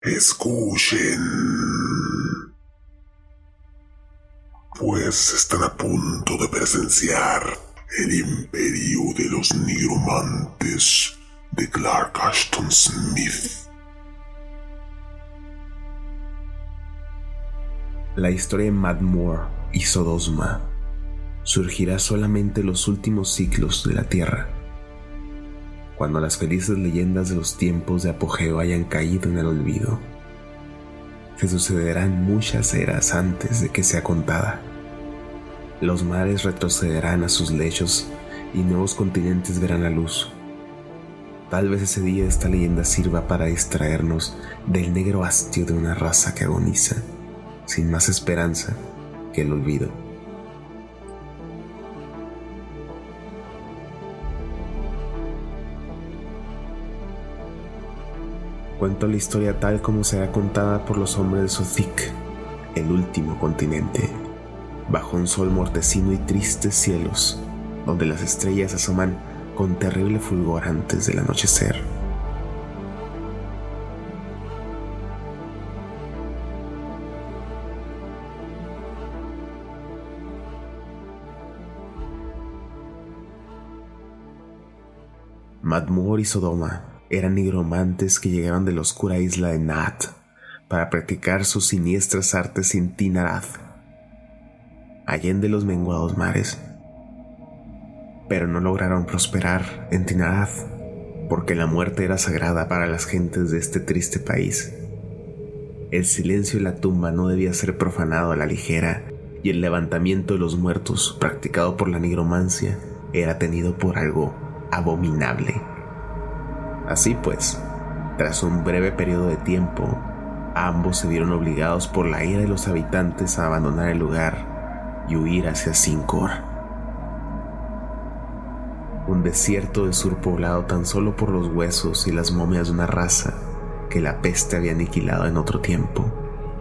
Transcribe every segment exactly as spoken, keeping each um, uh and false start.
Escuchen, pues están a punto de presenciar el imperio de los nigromantes de Clark Ashton Smith. La historia de Matt Moore y Sodosma surgirá solamente en los últimos siglos de la Tierra, cuando las felices leyendas de los tiempos de apogeo hayan caído en el olvido. Se sucederán muchas eras antes de que sea contada. Los mares retrocederán a sus lechos y nuevos continentes verán la luz. Tal vez ese día esta leyenda sirva para distraernos del negro hastio de una raza que agoniza, sin más esperanza que el olvido. Cuento la historia tal como será contada por los hombres de Sothic, el último continente, bajo un sol mortecino y tristes cielos, donde las estrellas asoman con terrible fulgor antes del anochecer. Matt Moore y Sodoma eran nigromantes que llegaron de la oscura isla de Nat para practicar sus siniestras artes en Tinarath, allende los menguados mares. Pero no lograron prosperar en Tinarath, porque la muerte era sagrada para las gentes de este triste país. El silencio en la tumba no debía ser profanado a la ligera, y el levantamiento de los muertos practicado por la nigromancia era tenido por algo abominable. Así pues, tras un breve periodo de tiempo, ambos se vieron obligados por la ira de los habitantes a abandonar el lugar y huir hacia Sincor, un desierto de sur poblado tan solo por los huesos y las momias de una raza que la peste había aniquilado en otro tiempo.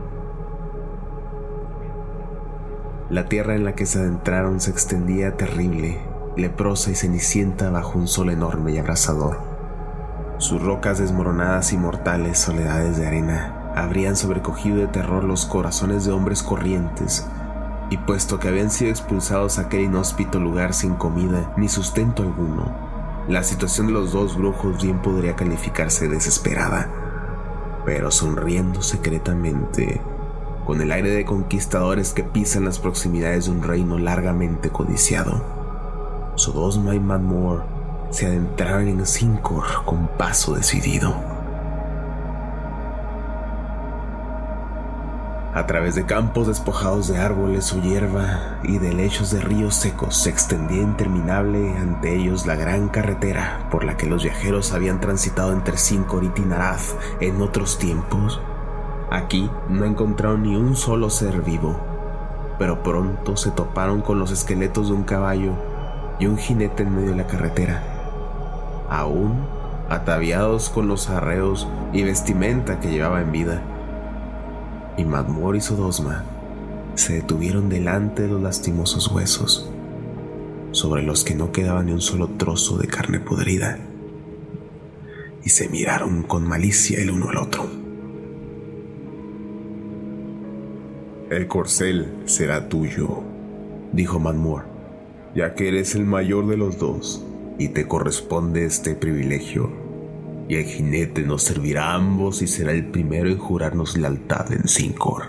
La tierra en la que se adentraron se extendía terrible, leprosa y cenicienta bajo un sol enorme y abrasador. Sus rocas desmoronadas y mortales soledades de arena habrían sobrecogido de terror los corazones de hombres corrientes, y puesto que habían sido expulsados a aquel inhóspito lugar sin comida ni sustento alguno, la situación de los dos brujos bien podría calificarse desesperada. Pero sonriendo secretamente, con el aire de conquistadores que pisan las proximidades de un reino largamente codiciado, Sodosma y Matt Moore se adentraron en Sincor con paso decidido. A través de campos despojados de árboles o hierba y de lechos de ríos secos se extendía interminable ante ellos la gran carretera por la que los viajeros habían transitado entre Sincor y Tinarath en otros tiempos. Aquí no encontraron ni un solo ser vivo, pero pronto se toparon con los esqueletos de un caballo y un jinete en medio de la carretera, aún ataviados con los arreos y vestimenta que llevaba en vida. Y Matt Moore y Sodosma se detuvieron delante de los lastimosos huesos, sobre los que no quedaba ni un solo trozo de carne podrida, y se miraron con malicia el uno al otro. El corcel será tuyo, dijo Matt Moore, ya que eres el mayor de los dos y te corresponde este privilegio. Y el jinete nos servirá a ambos y será el primero en jurarnos lealtad en Sincor.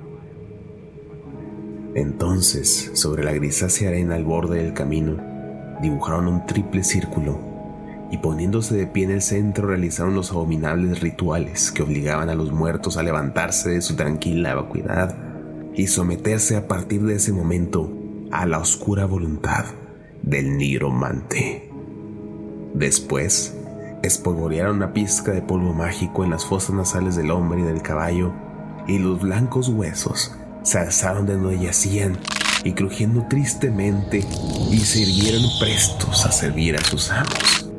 Entonces, sobre la grisácea arena al borde del camino, dibujaron un triple círculo y poniéndose de pie en el centro realizaron los abominables rituales que obligaban a los muertos a levantarse de su tranquila vacuidad y someterse a partir de ese momento a la oscura voluntad del nigromante. Después, espolvorearon una pizca de polvo mágico en las fosas nasales del hombre y del caballo, y los blancos huesos se alzaron de donde yacían y crujiendo tristemente y se irguieron prestos a servir a sus amos.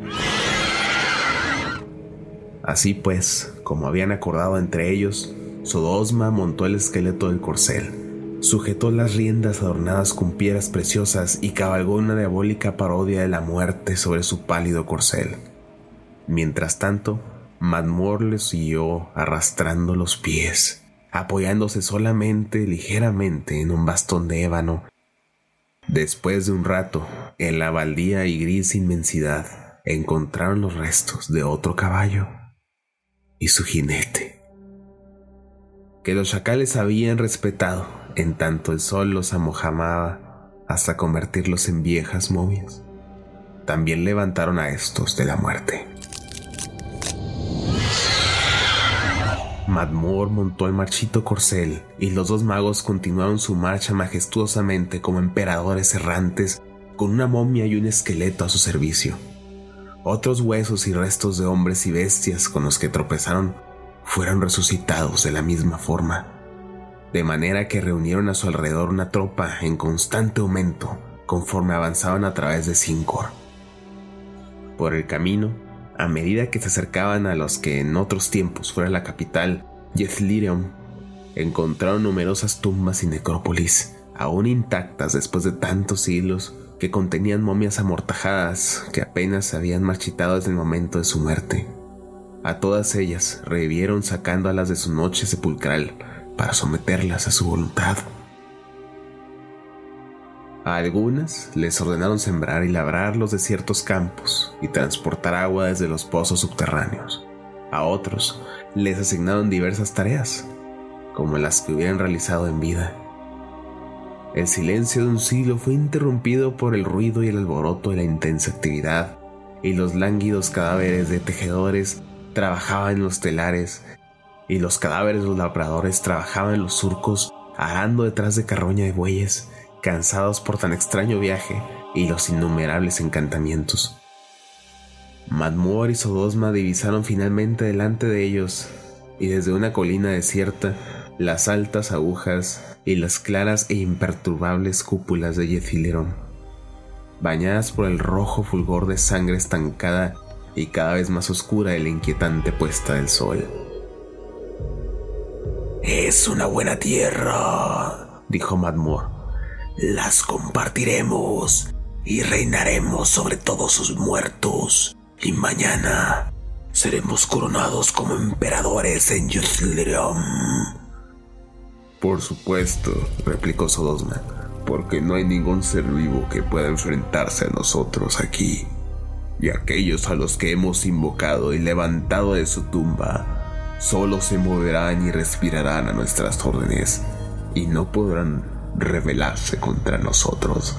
Así pues, como habían acordado entre ellos, Sodosma montó el esqueleto del corcel, sujetó las riendas adornadas con piedras preciosas y cabalgó una diabólica parodia de la muerte sobre su pálido corcel. Mientras tanto, Madmor le siguió arrastrando los pies, apoyándose solamente ligeramente en un bastón de ébano. Después de un rato, en la baldía y gris inmensidad, encontraron los restos de otro caballo y su jinete, que los chacales habían respetado en tanto el sol los amojamaba hasta convertirlos en viejas momias. También levantaron a estos de la muerte. Madmor montó el marchito corcel y los dos magos continuaron su marcha majestuosamente como emperadores errantes, con una momia y un esqueleto a su servicio. Otros huesos y restos de hombres y bestias con los que tropezaron fueron resucitados de la misma forma, de manera que reunieron a su alrededor una tropa en constante aumento conforme avanzaban a través de Cincor. Por el camino, a medida que se acercaban a los que en otros tiempos fuera la capital, Yethlirion, encontraron numerosas tumbas y necrópolis, aún intactas después de tantos siglos, que contenían momias amortajadas que apenas se habían marchitado desde el momento de su muerte. A todas ellas revivieron sacándolas de su noche sepulcral para someterlas a su voluntad. A algunas les ordenaron sembrar y labrar los desiertos campos y transportar agua desde los pozos subterráneos. A otros les asignaron diversas tareas, como las que hubieran realizado en vida. El silencio de un siglo fue interrumpido por el ruido y el alboroto de la intensa actividad, y los lánguidos cadáveres de tejedores trabajaban en los telares, y los cadáveres de los labradores trabajaban en los surcos, arando detrás de carroña de bueyes, cansados por tan extraño viaje y los innumerables encantamientos. Madmor y Sodosma divisaron finalmente delante de ellos, y desde una colina desierta, las altas agujas y las claras e imperturbables cúpulas de Yethlirion, bañadas por el rojo fulgor de sangre estancada y cada vez más oscura de la inquietante puesta del sol. «Es una buena tierra», dijo Madmor. «Las compartiremos y reinaremos sobre todos sus muertos, y mañana seremos coronados como emperadores en Yethlirion». Por supuesto, replicó Sodosma, porque no hay ningún ser vivo que pueda enfrentarse a nosotros aquí, y aquellos a los que hemos invocado y levantado de su tumba solo se moverán y respirarán a nuestras órdenes, y no podrán rebelarse contra nosotros.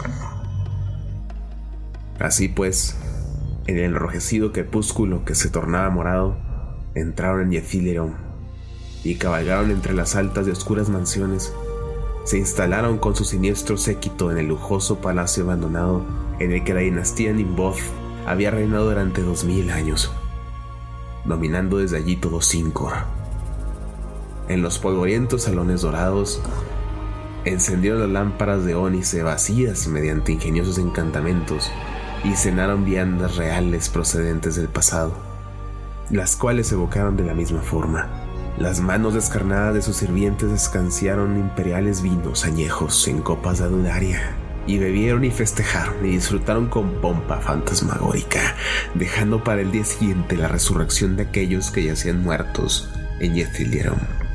Así pues, en el enrojecido crepúsculo que se tornaba morado, entraron en Yethlirion y cabalgaron entre las altas y oscuras mansiones. Se instalaron con su siniestro séquito en el lujoso palacio abandonado en el que la dinastía Nimboth había reinado durante dos mil años, dominando desde allí todo Cincor. En los polvorientos salones dorados encendieron las lámparas de ónice vacías mediante ingeniosos encantamentos y cenaron viandas reales procedentes del pasado, las cuales evocaron de la misma forma. Las manos descarnadas de sus sirvientes escanciaron imperiales vinos añejos en copas de adudaria, y bebieron y festejaron y disfrutaron con pompa fantasmagórica, dejando para el día siguiente la resurrección de aquellos que yacían muertos en Yethlirion.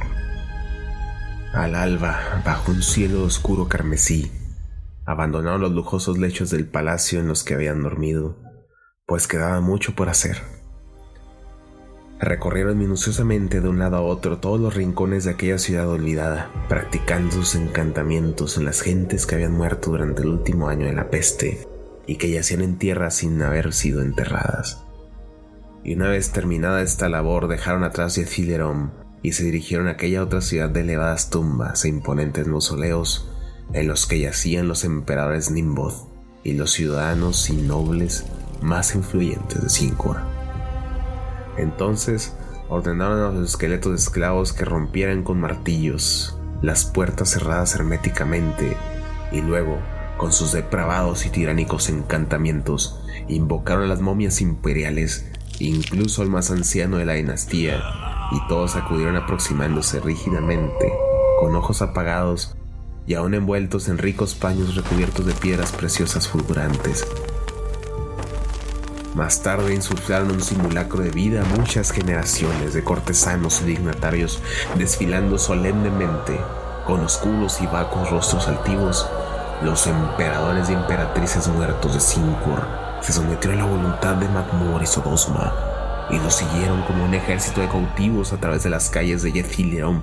Al alba, bajo un cielo oscuro carmesí, abandonaron los lujosos lechos del palacio en los que habían dormido, pues quedaba mucho por hacer. Recorrieron minuciosamente de un lado a otro todos los rincones de aquella ciudad olvidada, practicando sus encantamientos en las gentes que habían muerto durante el último año de la peste y que yacían en tierra sin haber sido enterradas. Y una vez terminada esta labor, dejaron atrás Yethlirion y se dirigieron a aquella otra ciudad de elevadas tumbas e imponentes mausoleos en los que yacían los emperadores Nimboth y los ciudadanos y nobles más influyentes de Cincor. Entonces ordenaron a los esqueletos de esclavos que rompieran con martillos las puertas cerradas herméticamente, y luego, con sus depravados y tiránicos encantamientos, invocaron a las momias imperiales, incluso al más anciano de la dinastía, y todos acudieron aproximándose rígidamente, con ojos apagados y aún envueltos en ricos paños recubiertos de piedras preciosas fulgurantes. Más tarde insuflaron un simulacro de vida a muchas generaciones de cortesanos y dignatarios desfilando solemnemente, con oscuros y vacuos rostros altivos. Los emperadores y emperatrices muertos de Sinqor se sometieron a la voluntad de Madmoor y Sodosma y los siguieron como un ejército de cautivos a través de las calles de Yethileum.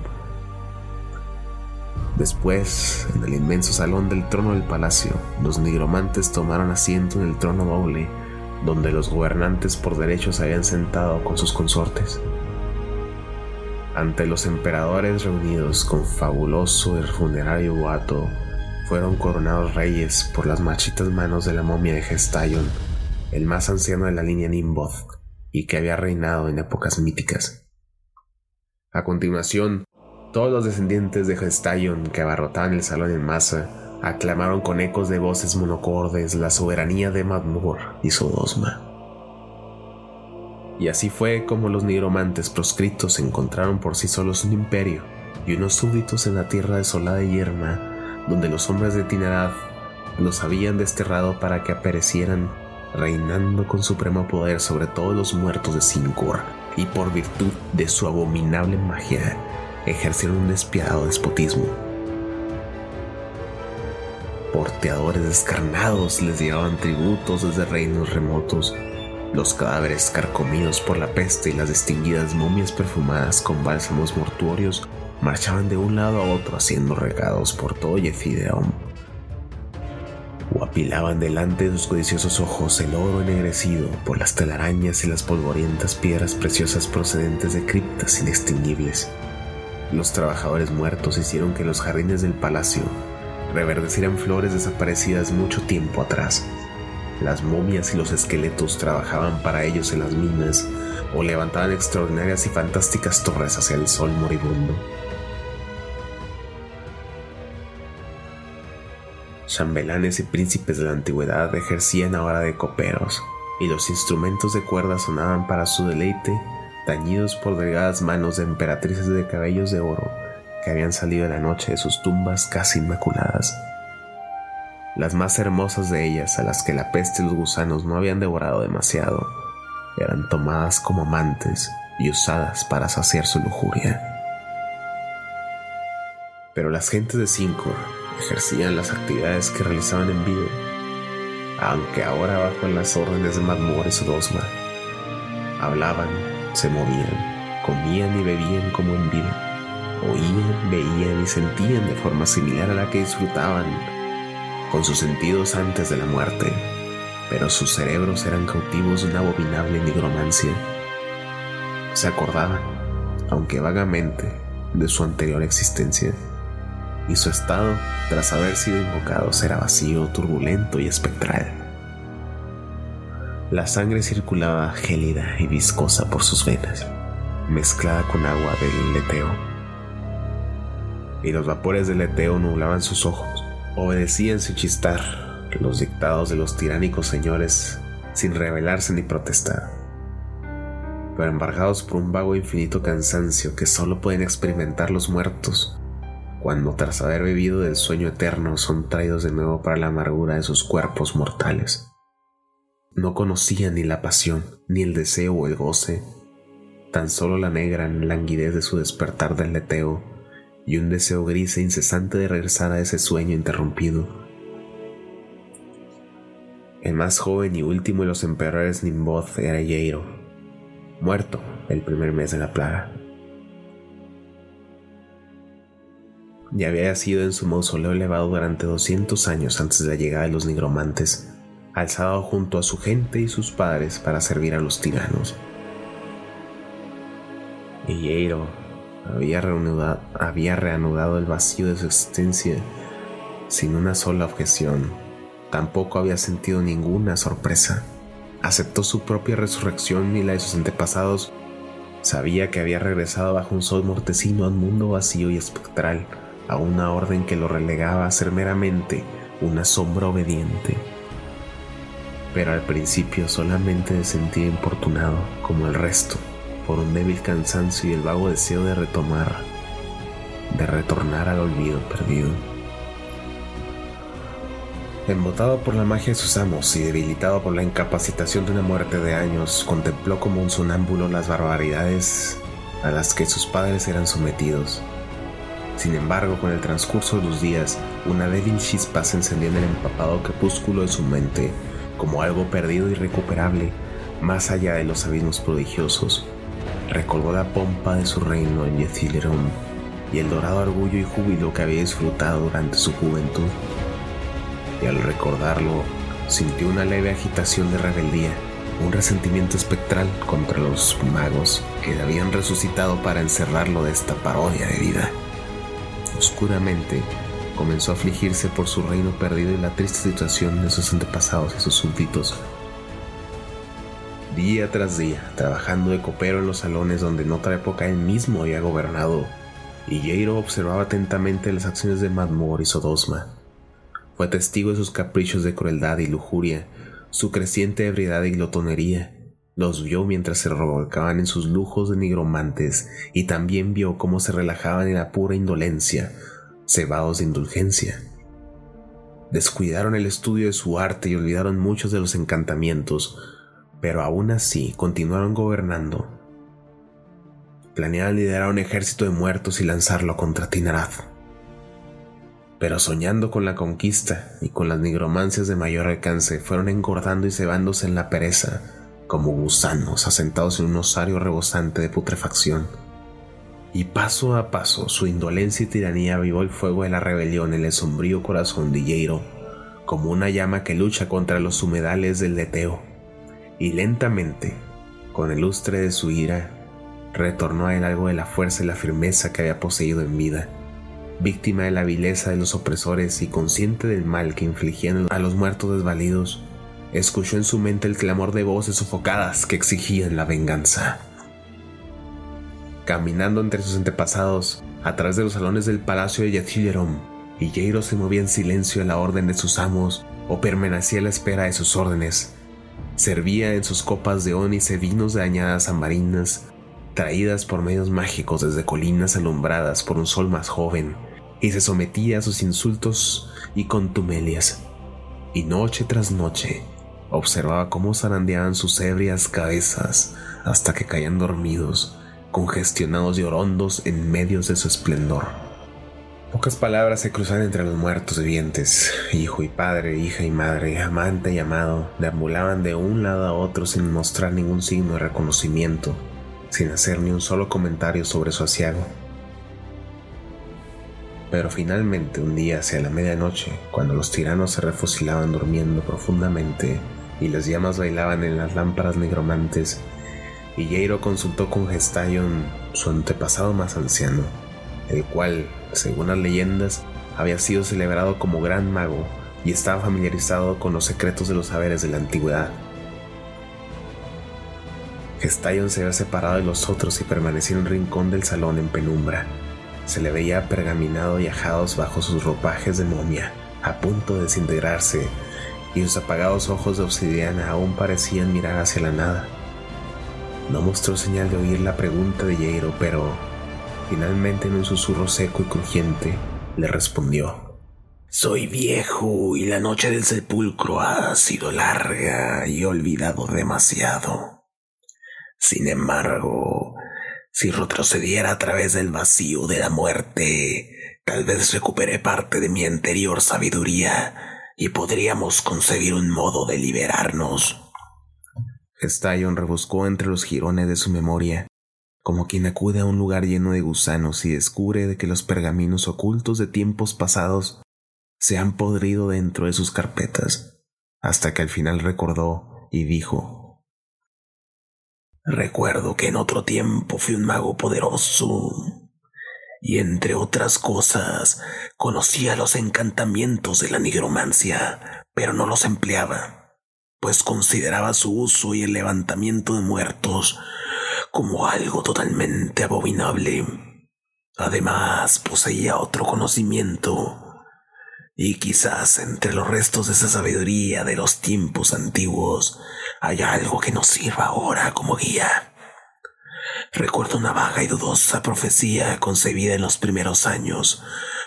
Después, en el inmenso salón del trono del palacio, los nigromantes tomaron asiento en el trono doble, donde los gobernantes por derecho se habían sentado con sus consortes. Ante los emperadores reunidos con fabuloso y funerario boato, fueron coronados reyes por las marchitas manos de la momia de Gestaion, el más anciano de la línea Nimboth, y que había reinado en épocas míticas. A continuación, todos los descendientes de Gestaion que abarrotaban el salón en masa aclamaron con ecos de voces monocordes la soberanía de Madmoor y Sodosma. Y así fue como los nigromantes proscritos encontraron por sí solos un imperio y unos súbditos en la tierra desolada y yerma, donde los hombres de Tinarath los habían desterrado para que perecieran, reinando con supremo poder sobre todos los muertos de Sinqor, y por virtud de su abominable magia ejercieron un despiadado despotismo. Porteadores descarnados les llevaban tributos desde reinos remotos. Los cadáveres carcomidos por la peste y las distinguidas momias perfumadas con bálsamos mortuorios marchaban de un lado a otro haciendo regados por todo Yethileum, o apilaban delante de sus codiciosos ojos el oro ennegrecido por las telarañas y las polvorientas piedras preciosas procedentes de criptas inextinguibles. Los trabajadores muertos hicieron que los jardines del palacio reverdecieran flores desaparecidas mucho tiempo atrás. Las momias y los esqueletos trabajaban para ellos en las minas o levantaban extraordinarias y fantásticas torres hacia el sol moribundo. Chambelanes y príncipes de la antigüedad ejercían ahora de coperos, y los instrumentos de cuerda sonaban para su deleite, tañidos por delgadas manos de emperatrices de cabellos de oro que habían salido de la noche de sus tumbas casi inmaculadas. Las más hermosas de ellas, a las que la peste y los gusanos no habían devorado demasiado, eran tomadas como amantes y usadas para saciar su lujuria. Pero las gentes de Sinqor ejercían las actividades que realizaban en vida, aunque ahora bajo las órdenes de Madmoor y Sodosma. Hablaban, se movían, comían y bebían como en vida, oían, veían y sentían de forma similar a la que disfrutaban con sus sentidos antes de la muerte, pero sus cerebros eran cautivos de una abominable nigromancia. Se acordaban, aunque vagamente, de su anterior existencia, y su estado, tras haber sido invocados, era vacío, turbulento y espectral. La sangre circulaba gélida y viscosa por sus venas, mezclada con agua del leteo, y los vapores del leteo nublaban sus ojos. Obedecían sin chistar los dictados de los tiránicos señores sin rebelarse ni protestar, pero embargados por un vago e infinito cansancio que solo pueden experimentar los muertos cuando, tras haber bebido del sueño eterno, son traídos de nuevo para la amargura de sus cuerpos mortales. No conocían ni la pasión, ni el deseo o el goce, tan solo la negra languidez de su despertar del leteo y un deseo gris e incesante de regresar a ese sueño interrumpido. El más joven y último de los emperadores Nimboth era Yeiro, muerto el primer mes de la plaga. Y había sido en su mausoleo elevado durante doscientos años antes de la llegada de los nigromantes, alzado junto a su gente y sus padres para servir a los tiranos. Y Yeiro había reanudado, había reanudado el vacío de su existencia sin una sola objeción. Tampoco había sentido ninguna sorpresa. Aceptó su propia resurrección y la de sus antepasados. Sabía que había regresado bajo un sol mortecino a un mundo vacío y espectral, a una orden que lo relegaba a ser meramente una sombra obediente. Pero al principio solamente se sentía importunado, como el resto, por un débil cansancio y el vago deseo de retomar, de retornar al olvido perdido. Embotado por la magia de sus amos y debilitado por la incapacitación de una muerte de años, contempló como un sonámbulo las barbaridades a las que sus padres eran sometidos. Sin embargo, con el transcurso de los días, una débil chispa se encendió en el empapado crepúsculo de su mente, como algo perdido e irrecuperable, más allá de los abismos prodigiosos. Recordó la pompa de su reino en Yethilerón y el dorado orgullo y júbilo que había disfrutado durante su juventud. Y al recordarlo, sintió una leve agitación de rebeldía, un resentimiento espectral contra los magos que le habían resucitado para encerrarlo de esta parodia de vida. Oscuramente, comenzó a afligirse por su reino perdido y la triste situación de sus antepasados y sus súbditos. Día tras día, trabajando de copero en los salones donde en otra época él mismo había gobernado, Higueiro observaba atentamente las acciones de Madmor y Sodosma. Fue testigo de sus caprichos de crueldad y lujuria, su creciente ebriedad y glotonería. Los vio mientras se revolcaban en sus lujos de nigromantes y también vio cómo se relajaban en la pura indolencia, cebados de indulgencia. Descuidaron el estudio de su arte y olvidaron muchos de los encantamientos, pero aún así continuaron gobernando. Planeaban liderar un ejército de muertos y lanzarlo contra Tinarath. Pero soñando con la conquista y con las nigromancias de mayor alcance, fueron engordando y cebándose en la pereza, como gusanos asentados en un osario rebosante de putrefacción. Y paso a paso, su indolencia y tiranía avivó el fuego de la rebelión en el sombrío corazón de Higueiro, como una llama que lucha contra los humedales del Leteo. Y lentamente, con el lustre de su ira, retornó a él algo de la fuerza y la firmeza que había poseído en vida. Víctima de la vileza de los opresores y consciente del mal que infligían a los muertos desvalidos, escuchó en su mente el clamor de voces sofocadas que exigían la venganza. Caminando entre sus antepasados, a través de los salones del palacio de Yethilerón, Higueiro se movía en silencio a la orden de sus amos o permanecía a la espera de sus órdenes. Servía en sus copas de ónice vinos de añadas ambarinas, traídas por medios mágicos desde colinas alumbradas por un sol más joven, y se sometía a sus insultos y contumelias. Y noche tras noche, observaba cómo zarandeaban sus ebrias cabezas hasta que caían dormidos, congestionados y orondos en medio de su esplendor. Pocas palabras se cruzaban entre los muertos vivientes. Hijo y padre, hija y madre, amante y amado, deambulaban de un lado a otro sin mostrar ningún signo de reconocimiento, sin hacer ni un solo comentario sobre su aciago. Pero finalmente, un día hacia la medianoche, cuando los tiranos se refocilaban durmiendo profundamente y las llamas bailaban en las lámparas nigromantes, Higueiro consultó con Gestaion, su antepasado más anciano, el cual, según las leyendas, había sido celebrado como gran mago y estaba familiarizado con los secretos de los saberes de la antigüedad. Gestaion se había separado de los otros y permanecía en un rincón del salón en penumbra. Se le veía pergaminado y ajados bajo sus ropajes de momia, a punto de desintegrarse, y sus apagados ojos de obsidiana aún parecían mirar hacia la nada. No mostró señal de oír la pregunta de Higueiro, pero finalmente en un susurro seco y crujiente le respondió: Soy viejo y la noche del sepulcro ha sido larga y he olvidado demasiado. Sin embargo, si retrocediera a través del vacío de la muerte, tal vez recuperé parte de mi anterior sabiduría y podríamos concebir un modo de liberarnos. Gestaion rebuscó entre los jirones de su memoria, como quien acude a un lugar lleno de gusanos y descubre de que los pergaminos ocultos de tiempos pasados se han podrido dentro de sus carpetas, hasta que al final recordó y dijo: Recuerdo que en otro tiempo fui un mago poderoso y, entre otras cosas, conocía los encantamientos de la nigromancia, pero no los empleaba, pues consideraba su uso y el levantamiento de muertos como algo totalmente abominable. Además, poseía otro conocimiento, y quizás entre los restos de esa sabiduría de los tiempos antiguos haya algo que nos sirva ahora como guía. Recuerdo una vaga y dudosa profecía concebida en los primeros años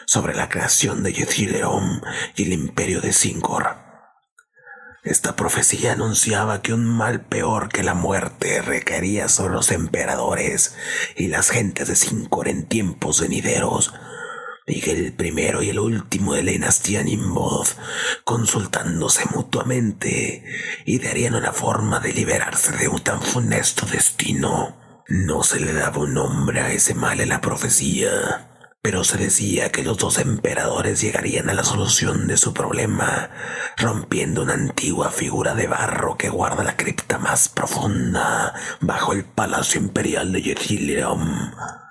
sobre la creación de Yethilerom y el imperio de Zincor. Esta profecía anunciaba que un mal peor que la muerte recaería sobre los emperadores y las gentes de Zincor en tiempos venideros, y que el primero y el último de la dinastía Nimrod, consultándose mutuamente, idearían una forma de liberarse de un tan funesto destino. No se le daba un nombre a ese mal en la profecía, pero se decía que los dos emperadores llegarían a la solución de su problema, rompiendo una antigua figura de barro que guarda la cripta más profunda bajo el palacio imperial de Yethilerom.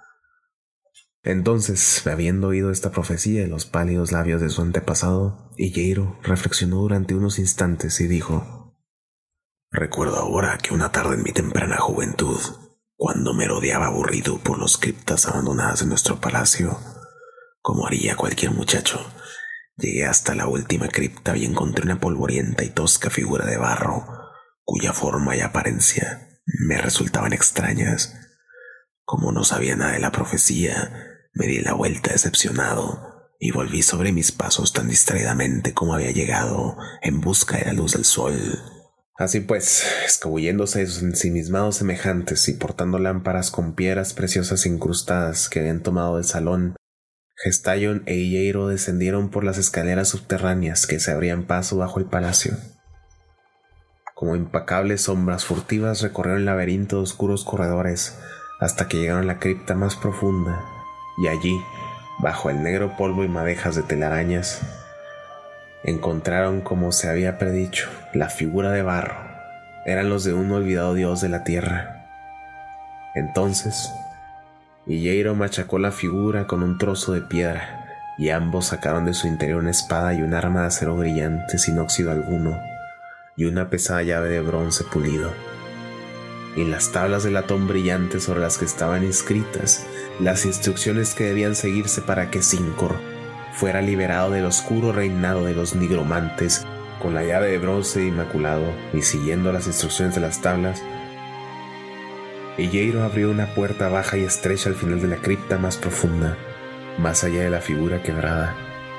Entonces, habiendo oído esta profecía de los pálidos labios de su antepasado, Iyeiro reflexionó durante unos instantes y dijo: Recuerdo ahora que una tarde en mi temprana juventud, cuando me rodeaba aburrido por las criptas abandonadas de nuestro palacio, como haría cualquier muchacho, llegué hasta la última cripta y encontré una polvorienta y tosca figura de barro, cuya forma y apariencia me resultaban extrañas. Como no sabía nada de la profecía, me di la vuelta decepcionado y volví sobre mis pasos tan distraídamente como había llegado, en busca de la luz del sol. Así pues, escabulléndose de sus ensimismados semejantes y portando lámparas con piedras preciosas incrustadas que habían tomado del salón, Gestaion e Iyeiro descendieron por las escaleras subterráneas que se abrían paso bajo el palacio. Como impacables sombras furtivas recorrieron el laberinto de oscuros corredores hasta que llegaron a la cripta más profunda, y allí, bajo el negro polvo y madejas de telarañas, encontraron, como se había predicho, la figura de barro. Eran los de un olvidado dios de la tierra. Entonces, Iyeiro machacó la figura con un trozo de piedra, y ambos sacaron de su interior una espada y un arma de acero brillante sin óxido alguno, y una pesada llave de bronce pulido. Y las tablas de latón brillante sobre las que estaban inscritas las instrucciones que debían seguirse para que Zincor fuera liberado del oscuro reinado de los nigromantes. Con la llave de bronce inmaculado y siguiendo las instrucciones de las tablas, Iyeiro abrió una puerta baja y estrecha al final de la cripta más profunda, más allá de la figura quebrada.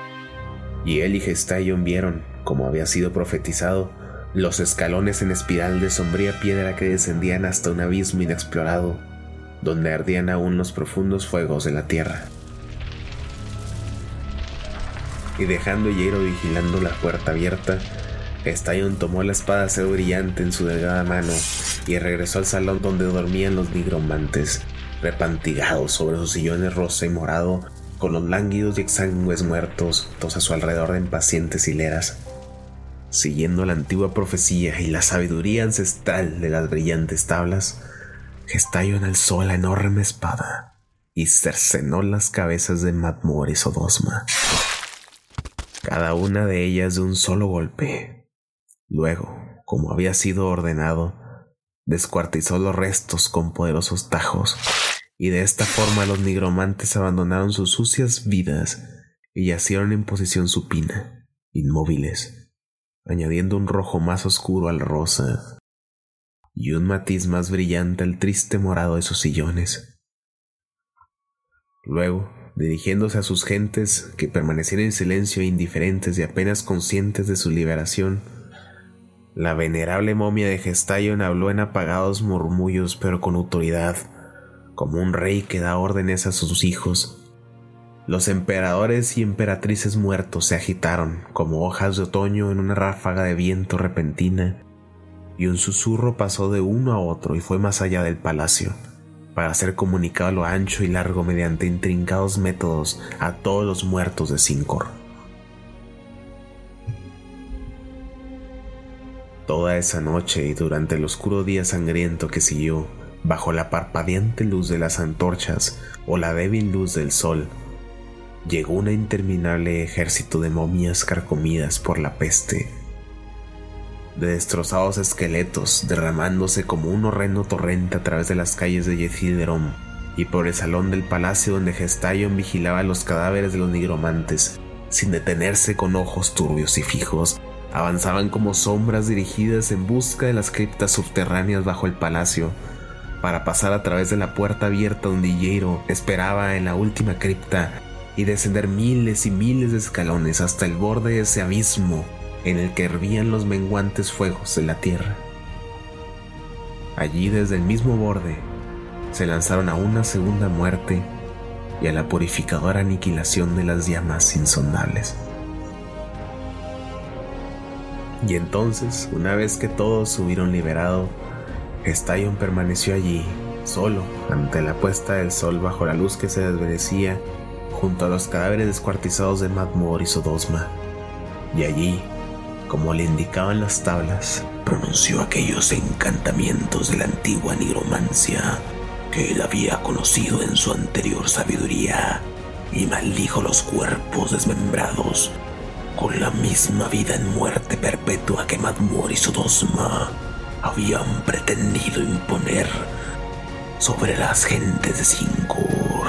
Y él y Gestaion vieron, como había sido profetizado, los escalones en espiral de sombría piedra que descendían hasta un abismo inexplorado, donde ardían aún los profundos fuegos de la tierra. Y dejando a Iyeiro vigilando la puerta abierta, Gestaion tomó la espada de acero brillante en su delgada mano y regresó al salón donde dormían los nigromantes, repantigados sobre sus sillones rosa y morado, con los lánguidos y exangües muertos, todos a su alrededor de impacientes hileras. Siguiendo la antigua profecía y la sabiduría ancestral de las brillantes tablas, Gestaion alzó la enorme espada y cercenó las cabezas de Madmor y Sodosma, cada una de ellas de un solo golpe. Luego, como había sido ordenado, descuartizó los restos con poderosos tajos, y de esta forma los nigromantes abandonaron sus sucias vidas y yacieron en posición supina, inmóviles, añadiendo un rojo más oscuro al rosa y un matiz más brillante al triste morado de sus sillones. Luego, dirigiéndose a sus gentes, que permanecían en silencio e indiferentes y apenas conscientes de su liberación, la venerable momia de Gestaion habló en apagados murmullos pero con autoridad, como un rey que da órdenes a sus hijos. Los emperadores y emperatrices muertos se agitaron como hojas de otoño en una ráfaga de viento repentina, y un susurro pasó de uno a otro y fue más allá del palacio, para ser comunicado a lo ancho y largo mediante intrincados métodos a todos los muertos de Zincor. Toda esa noche y durante el oscuro día sangriento que siguió, bajo la parpadeante luz de las antorchas o la débil luz del sol, llegó un interminable ejército de momias carcomidas por la peste, de destrozados esqueletos derramándose como un horrendo torrente a través de las calles de Yethilerom y por el salón del palacio donde Gestaion vigilaba los cadáveres de los nigromantes. Sin detenerse, con ojos turbios y fijos, avanzaban como sombras dirigidas en busca de las criptas subterráneas bajo el palacio, para pasar a través de la puerta abierta donde Iyeiro esperaba en la última cripta y descender miles y miles de escalones hasta el borde de ese abismo en el que hervían los menguantes fuegos de la tierra. Allí, desde el mismo borde, se lanzaron a una segunda muerte y a la purificadora aniquilación de las llamas insondables. Y entonces, una vez que todos se hubieron liberado, Estaion permaneció allí, solo, ante la puesta del sol bajo la luz que se desvanecía, junto a los cadáveres descuartizados de Madmor y Sodosma. Y allí, como le indicaban las tablas, pronunció aquellos encantamientos de la antigua nigromancia que él había conocido en su anterior sabiduría, y maldijo los cuerpos desmembrados con la misma vida en muerte perpetua que Madmor y Sodosma habían pretendido imponer sobre las gentes de Zincor.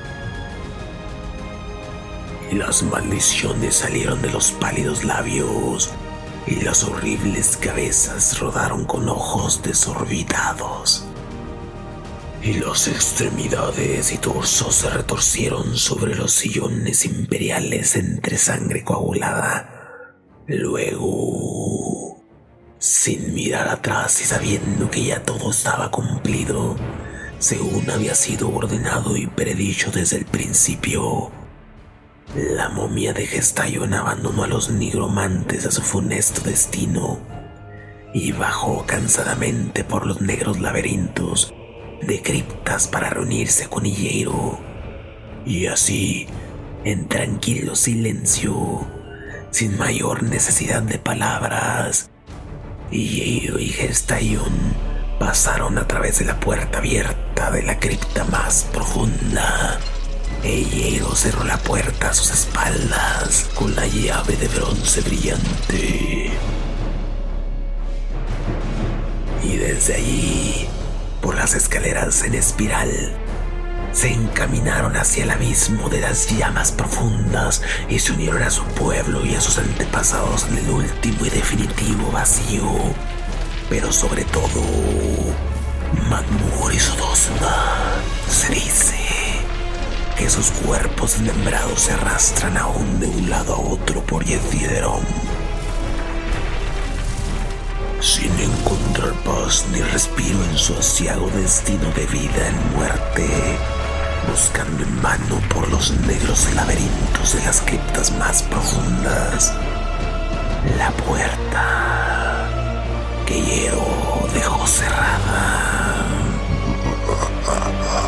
Y las maldiciones salieron de los pálidos labios, y las horribles cabezas rodaron con ojos desorbitados, y las extremidades y torsos se retorcieron sobre los sillones imperiales entre sangre coagulada. Luego, sin mirar atrás y sabiendo que ya todo estaba cumplido, según había sido ordenado y predicho desde el principio, la momia de Estaion abandonó a los nigromantes a su funesto destino y bajó cansadamente por los negros laberintos de criptas para reunirse con Hyeiro. Y así, en tranquilo silencio, sin mayor necesidad de palabras, Hyeiro y Estaion pasaron a través de la puerta abierta de la cripta más profunda. Hyeiro cerró la puerta a sus espaldas con la llave de bronce brillante. Y desde allí, por las escaleras en espiral, se encaminaron hacia el abismo de las llamas profundas y se unieron a su pueblo y a sus antepasados en el último y definitivo vacío. Pero sobre todo, Madmor y Sodosma, se dice que sus cuerpos desmembrados se arrastran aún de un lado a otro por Yethideron, sin encontrar paz ni respiro en su aciago destino de vida en muerte, buscando en vano por los negros laberintos de las criptas más profundas la puerta que Hyeiro dejó cerrada.